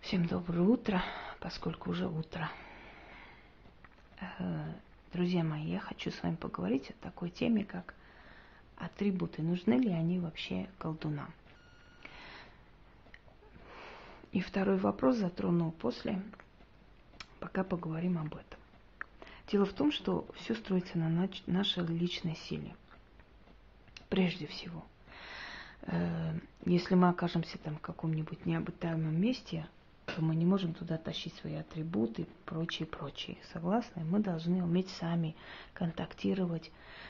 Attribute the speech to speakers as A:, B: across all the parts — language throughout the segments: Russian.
A: Всем доброе утро, поскольку уже утро. Друзья мои, я хочу с вами поговорить о такой теме, как атрибуты. Нужны ли они вообще колдунам? И второй вопрос затрону после, пока поговорим об этом. Дело в том, что все строится на нашей личной силе. Прежде всего, если мы окажемся там в каком-нибудь необитаемом месте, то мы не можем туда тащить свои атрибуты и прочее. Согласны? Мы должны уметь сами контактировать,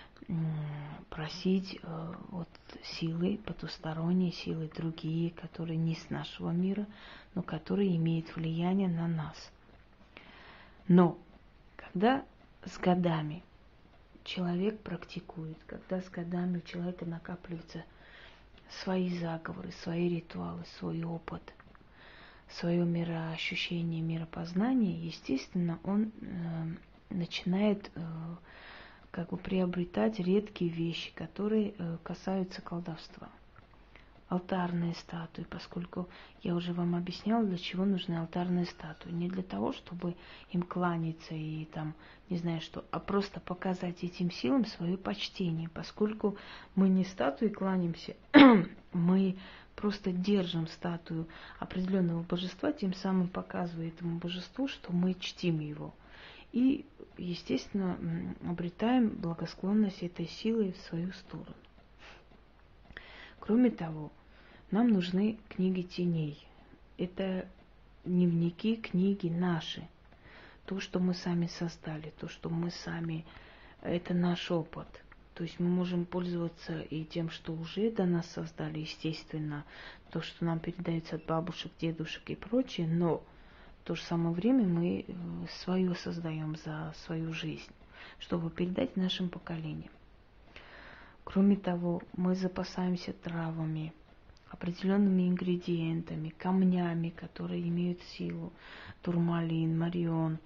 A: просить вот силы, потусторонние силы, другие, которые не с нашего мира, но которые имеют влияние на нас. Но когда с годами человек практикует, когда с годами у человека накапливаются свои заговоры, свои ритуалы, свой опыт, свое мироощущение, миропознание, естественно, он начинает приобретать редкие вещи, которые касаются колдовства. Алтарные статуи, поскольку я уже вам объясняла, для чего нужны алтарные статуи. Не для того, чтобы им кланяться и там, не знаю что, а просто показать этим силам свое почтение, поскольку мы не статуи кланяемся, мы просто держим статую определенного божества, тем самым показывая этому божеству, что мы чтим его. И, естественно, обретаем благосклонность этой силы в свою сторону. Кроме того, нам нужны книги теней. Это дневники, книги наши. То, что мы сами создали, то, что мы сами, это наш опыт. То есть мы можем пользоваться и тем, что уже до нас создали, естественно, то, что нам передается от бабушек, дедушек и прочее, но в то же самое время мы свое создаем за свою жизнь, чтобы передать нашим поколениям. Кроме того, мы запасаемся травами, определенными ингредиентами, камнями, которые имеют силу, турмалин, марион,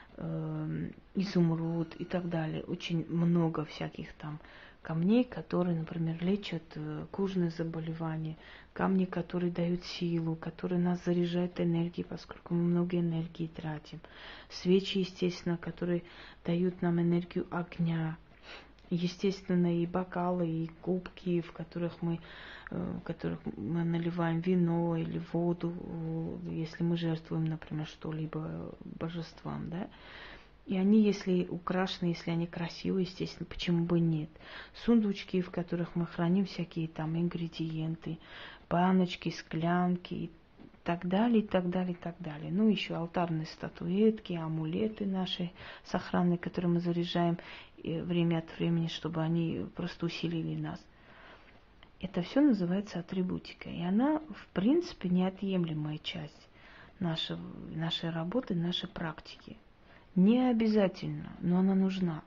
A: изумруд и так далее. Очень много всяких там камней, которые, например, лечат кожные заболевания, камни, которые дают силу, которые нас заряжают энергией, поскольку мы много энергии тратим. Свечи, естественно, которые дают нам энергию огня. Естественно, и бокалы, и кубки, в которых мы наливаем вино или воду, если мы жертвуем, например, что-либо божествам, да. И они, если украшены, если они красивые, естественно, почему бы нет. Сундучки, в которых мы храним всякие там ингредиенты, баночки, склянки и так далее, и так далее, и так далее. Ну, еще алтарные статуэтки, амулеты наши сохранные, которые мы заряжаем время от времени, чтобы они просто усилили нас. Это все называется атрибутика. И она, в принципе, неотъемлемая часть нашей работы, нашей практики. Не обязательно, но она нужна.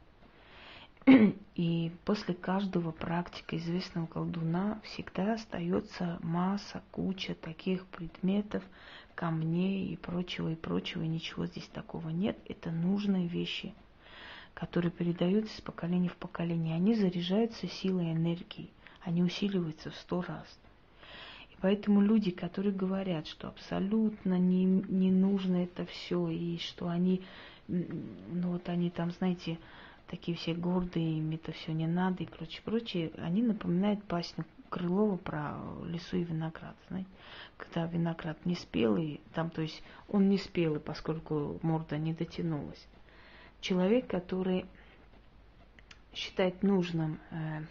A: И после каждого практика известного колдуна всегда остается масса, куча таких предметов, камней и прочего, и ничего здесь такого нет. Это нужные вещи, которые передаются из поколения в поколение. Они заряжаются силой энергии, они усиливаются в 100 раз. И поэтому люди, которые говорят, что абсолютно не нужно это все, и что они, ну вот они там, знаете, такие все гордые, им это все не надо и прочее, они напоминают басню Крылова про лису и виноград, знаете. Когда виноград не спелый, там, то есть он не спелый, поскольку морда не дотянулась. Человек, который считает нужным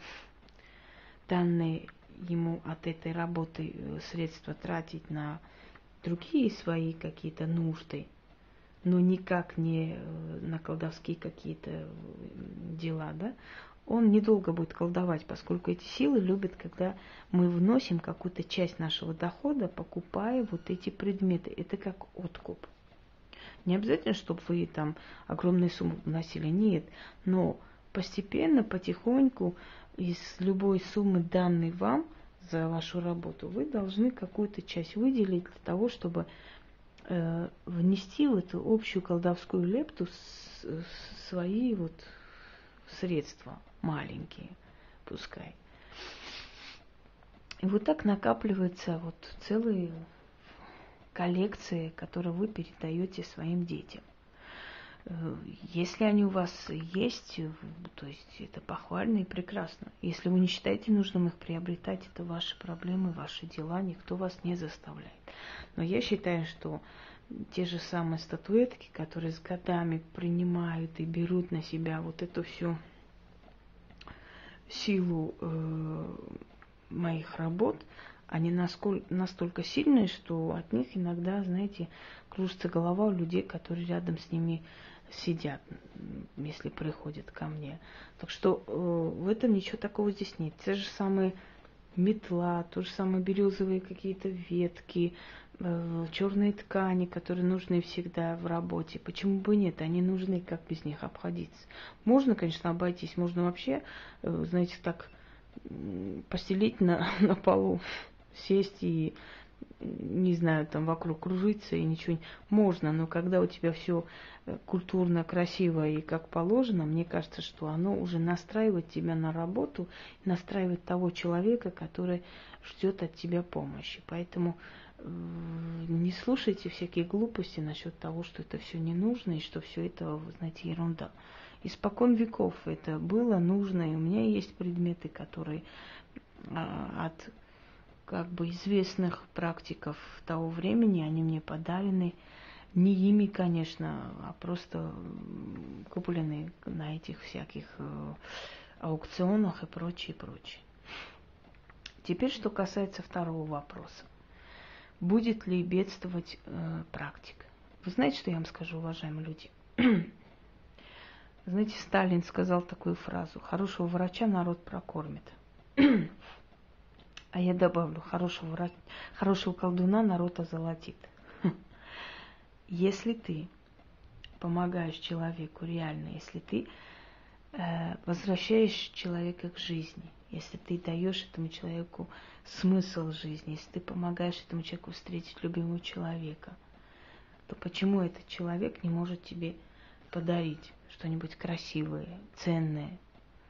A: данные ему от этой работы средства тратить на другие свои какие-то нужды, но никак не на колдовские какие-то дела, да, он недолго будет колдовать, поскольку эти силы любят, когда мы вносим какую-то часть нашего дохода, покупая вот эти предметы. Это как откуп. Не обязательно, чтобы вы там огромные суммы вносили, нет, но постепенно, потихоньку из любой суммы, данной вам за вашу работу, вы должны какую-то часть выделить для того, чтобы внести в эту общую колдовскую лепту свои вот средства маленькие, пускай. И вот так накапливается вот целый коллекции, которые вы передаете своим детям. Если они у вас есть, то есть это похвально и прекрасно. Если вы не считаете нужным их приобретать, это ваши проблемы, ваши дела, никто вас не заставляет. Но я считаю, что те же самые статуэтки, которые с годами принимают и берут на себя вот эту всю силу моих работ, они настолько сильные, что от них иногда, знаете, кружится голова у людей, которые рядом с ними сидят, если приходят ко мне. Так что в этом ничего такого здесь нет. Те же самые метла, то же самое березовые какие-то ветки, черные ткани, которые нужны всегда в работе. Почему бы нет? Они нужны, как без них обходиться. Можно, конечно, обойтись, можно вообще, знаете, так постелить на полу, сесть и, не знаю, там вокруг кружиться и ничего. Можно, но когда у тебя все культурно, красиво и как положено, мне кажется, что оно уже настраивает тебя на работу, настраивает того человека, который ждет от тебя помощи. Поэтому не слушайте всякие глупости насчет того, что это все не нужно и что все это, вы знаете, ерунда. Испокон веков это было нужно, и у меня есть предметы, которые от как бы известных практиков того времени, они мне подарены, не ими, конечно, а просто куплены на этих всяких аукционах и прочее, прочее. Теперь, что касается второго вопроса. Будет ли бедствовать практик? Вы знаете, что я вам скажу, уважаемые люди? Знаете, Сталин сказал такую фразу: хорошего врача народ прокормит. А я добавлю, хорошего колдуна народ озолотит. Если ты помогаешь человеку реально, если ты возвращаешь человека к жизни, если ты даешь этому человеку смысл жизни, если ты помогаешь этому человеку встретить любимого человека, то почему этот человек не может тебе подарить что-нибудь красивое, ценное?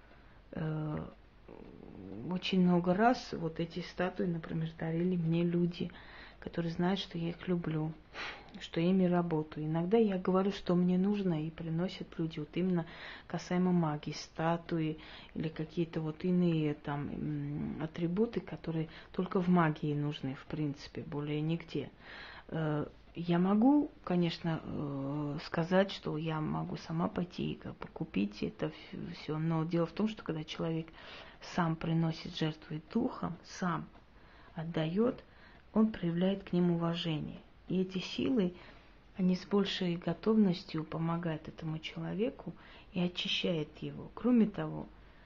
A: Очень много раз вот эти статуи, например, дарили мне люди, которые знают, что я их люблю, что я ими работаю. Иногда я говорю, что мне нужно, и приносят люди вот именно касаемо магии, статуи или какие-то вот иные там атрибуты, которые только в магии нужны, в принципе, более нигде. Я могу, конечно, сказать, что я могу сама пойти и как бы купить это все, но дело в том, что когда человек сам приносит жертву и духом, сам отдает, он проявляет к ним уважение. И эти силы, они с большей готовностью помогают этому человеку и очищают его. Кроме того,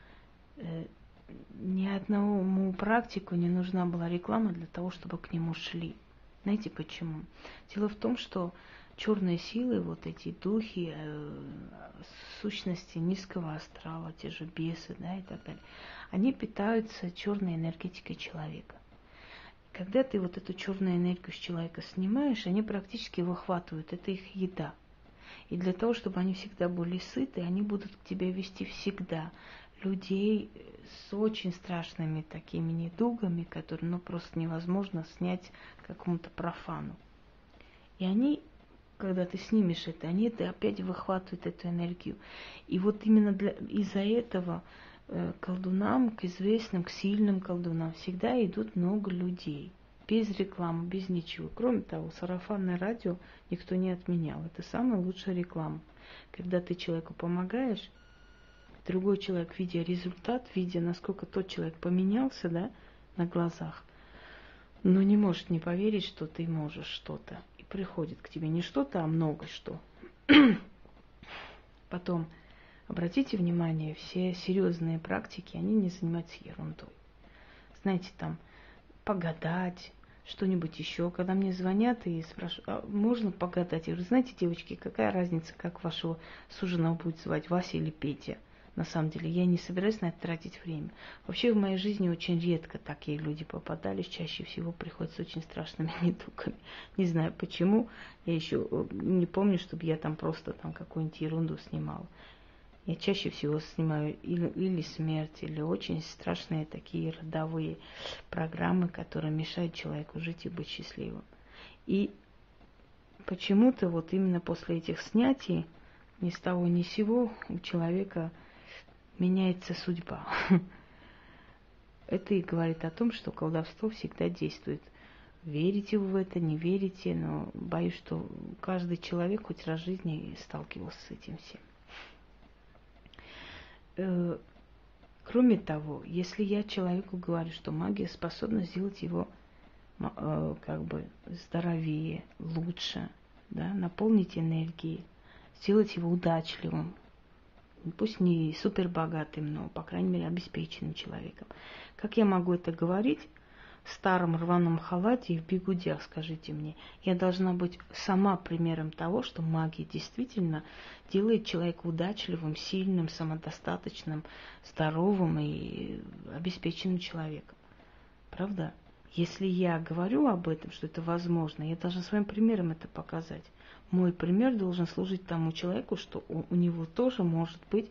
A: ни одному практику не нужна была реклама для того, чтобы к нему шли. Знаете почему? Дело в том, что черные силы, вот эти духи, сущности низкого астрала, те же бесы, да, и так далее, они питаются черной энергетикой человека. Когда ты вот эту черную энергию с человека снимаешь, они практически выхватывают, это их еда. И для того, чтобы они всегда были сыты, они будут к тебе вести всегда людей с очень страшными такими недугами, которые просто невозможно снять какому-то профану. И они, когда ты снимешь это, они опять выхватывают эту энергию. И вот именно из-за этого колдунам, к известным, к сильным колдунам всегда идут много людей. Без рекламы, без ничего. Кроме того, сарафанное радио никто не отменял. Это самая лучшая реклама. Когда ты человеку помогаешь, другой человек, видя результат, видя, насколько тот человек поменялся, да, на глазах, но не может не поверить, что ты можешь что-то. И приходит к тебе не что-то, а много что. Потом, обратите внимание, все серьезные практики, они не занимаются ерундой. Знаете, там, погадать, что-нибудь еще. Когда мне звонят и спрашивают, а можно погадать? Я говорю, знаете, девочки, какая разница, как вашего суженого будет звать, Вася или Петя? На самом деле, я не собираюсь на это тратить время. Вообще в моей жизни очень редко такие люди попадались, чаще всего приходят с очень страшными недугами. Не знаю почему, я еще не помню, чтобы я там просто там какую-нибудь ерунду снимала. Я чаще всего снимаю или смерть, или очень страшные такие родовые программы, которые мешают человеку жить и быть счастливым. И почему-то вот именно после этих снятий ни с того ни с сего у человека меняется судьба. Это и говорит о том, что колдовство всегда действует. Верите вы в это, не верите, но боюсь, что каждый человек хоть раз в жизни сталкивался с этим всем. Кроме того, если я человеку говорю, что магия способна сделать его как бы здоровее, лучше, да, наполнить энергией, сделать его удачливым, пусть не супер богатым, но, по крайней мере, обеспеченным человеком. Как я могу это говорить в старом рваном халате и в бигудях, скажите мне? Я должна быть сама примером того, что магия действительно делает человека удачливым, сильным, самодостаточным, здоровым и обеспеченным человеком. Правда? Если я говорю об этом, что это возможно, я должна своим примером это показать. Мой пример должен служить тому человеку, что у него тоже может быть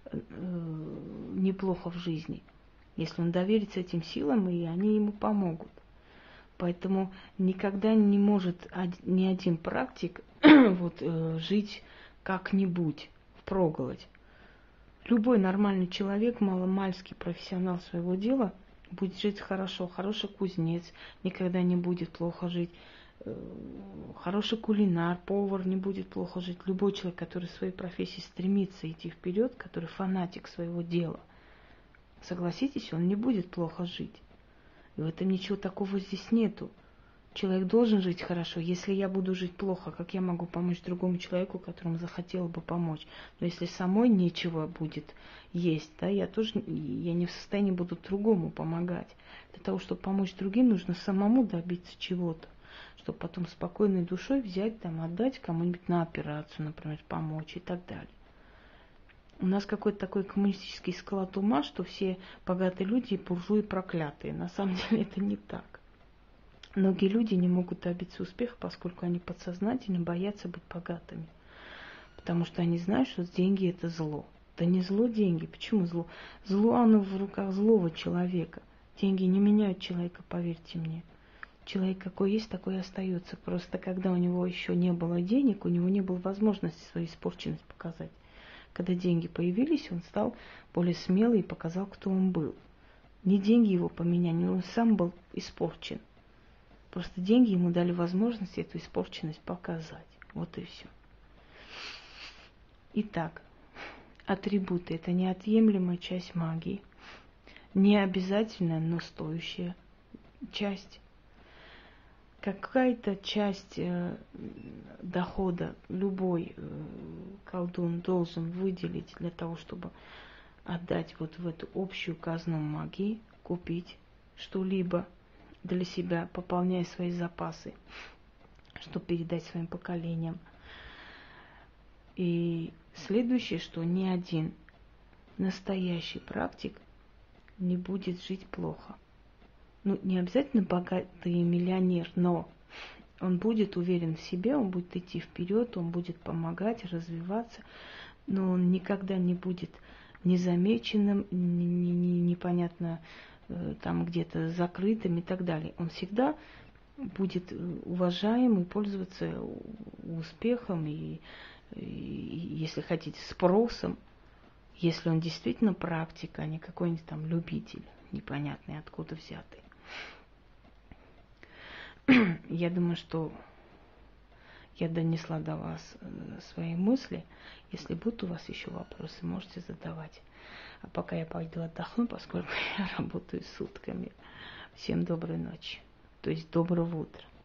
A: неплохо в жизни, если он доверится этим силам, и они ему помогут. Поэтому никогда не может ни один практик жить как-нибудь, впроголодь. Любой нормальный человек, маломальский профессионал своего дела, будет жить хорошо. Хороший кузнец никогда не будет плохо жить. Хороший кулинар, повар не будет плохо жить. Любой человек, который в своей профессии стремится идти вперед, который фанатик своего дела, согласитесь, он не будет плохо жить. И в этом ничего такого здесь нету. Человек должен жить хорошо. Если я буду жить плохо, как я могу помочь другому человеку, которому захотела бы помочь? Но если самой нечего будет есть, да, я не в состоянии буду другому помогать. Для того, чтобы помочь другим, нужно самому добиться чего-то, чтобы потом спокойной душой взять, там, отдать кому-нибудь на операцию, например, помочь и так далее. У нас какой-то такой коммунистический склад ума, что все богатые люди и буржуи проклятые. На самом деле это не так. Многие люди не могут добиться успеха, поскольку они подсознательно боятся быть богатыми. Потому что они знают, что деньги – это зло. Да не зло деньги. Почему зло? Зло, оно в руках злого человека. Деньги не меняют человека, поверьте мне. Человек какой есть, такой и остается. Просто когда у него еще не было денег, у него не было возможности свою испорченность показать. Когда деньги появились, он стал более смелый и показал, кто он был. Не деньги его поменяли, он сам был испорчен. Просто деньги ему дали возможность эту испорченность показать. Вот и все. Итак, атрибуты – это неотъемлемая часть магии. Не обязательная, но стоящая часть. Какая-то часть дохода любой колдун должен выделить для того, чтобы отдать вот в эту общую казну магии, купить что-либо для себя, пополняя свои запасы, чтобы передать своим поколениям. И следующее, что ни один настоящий практик не будет жить плохо. Ну, не обязательно богатый миллионер, но он будет уверен в себе, он будет идти вперед, он будет помогать, развиваться, но он никогда не будет незамеченным, непонятно там где-то закрытым и так далее. Он всегда будет уважаем и пользоваться успехом и, если хотите, спросом, если он действительно практик, а не какой-нибудь там любитель, непонятный откуда взятый. Я думаю, что я донесла до вас свои мысли. Если будут у вас еще вопросы, можете задавать. А пока я пойду отдохну, поскольку я работаю сутками. Всем доброй ночи, то есть доброго утра.